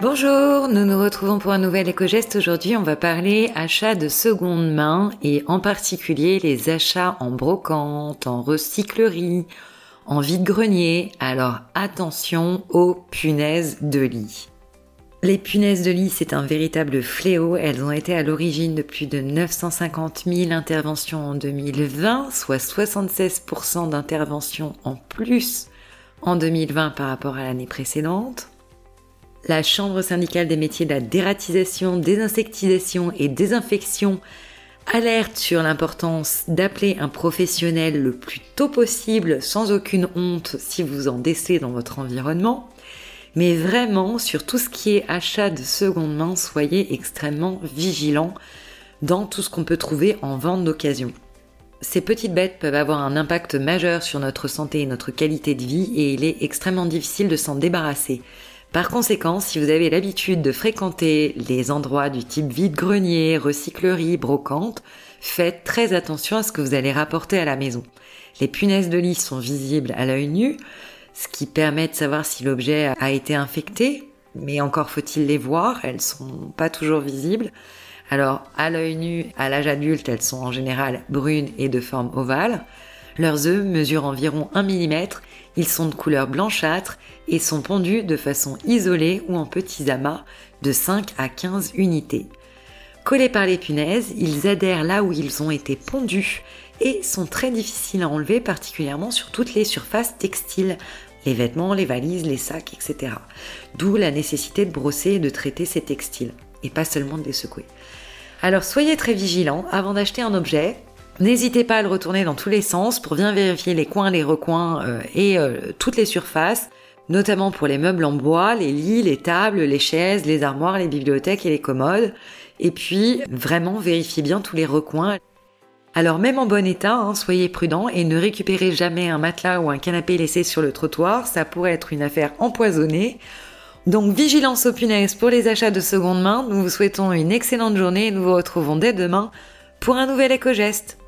Bonjour, nous nous retrouvons pour un nouvel éco-geste. Aujourd'hui, on va parler achats de seconde main et en particulier les achats en brocante, en recyclerie, en vide-grenier. Alors attention aux punaises de lit. Les punaises de lit, c'est un véritable fléau. Elles ont été à l'origine de plus de 950 000 interventions en 2020, soit 76% d'interventions en plus en 2020 par rapport à l'année précédente. La Chambre syndicale des métiers de la dératisation, désinsectisation et désinfection alerte sur l'importance d'appeler un professionnel le plus tôt possible, sans aucune honte si vous en décelez dans votre environnement. Mais vraiment, sur tout ce qui est achat de seconde main, soyez extrêmement vigilants dans tout ce qu'on peut trouver en vente d'occasion. Ces petites bêtes peuvent avoir un impact majeur sur notre santé et notre qualité de vie et il est extrêmement difficile de s'en débarrasser. Par conséquent, si vous avez l'habitude de fréquenter les endroits du type vide-grenier, recyclerie, brocante, faites très attention à ce que vous allez rapporter à la maison. Les punaises de lit sont visibles à l'œil nu, ce qui permet de savoir si l'objet a été infecté, mais encore faut-il les voir, elles sont pas toujours visibles. Alors, à l'œil nu, à l'âge adulte, elles sont en général brunes et de forme ovale. Leurs œufs mesurent environ 1 mm, ils sont de couleur blanchâtre et sont pondus de façon isolée ou en petits amas de 5 à 15 unités. Collés par les punaises, ils adhèrent là où ils ont été pondus et sont très difficiles à enlever, particulièrement sur toutes les surfaces textiles, les vêtements, les valises, les sacs, etc. D'où la nécessité de brosser et de traiter ces textiles, et pas seulement de les secouer. Alors soyez très vigilants avant d'acheter un objet. N'hésitez pas à le retourner dans tous les sens pour bien vérifier les coins, les recoins et toutes les surfaces, notamment pour les meubles en bois, les lits, les tables, les chaises, les armoires, les bibliothèques et les commodes. Et puis vraiment vérifiez bien tous les recoins. Alors même en bon état, soyez prudents et ne récupérez jamais un matelas ou un canapé laissé sur le trottoir, ça pourrait être une affaire empoisonnée. Donc vigilance aux punaises pour les achats de seconde main, nous vous souhaitons une excellente journée et nous vous retrouvons dès demain pour un nouvel éco-geste.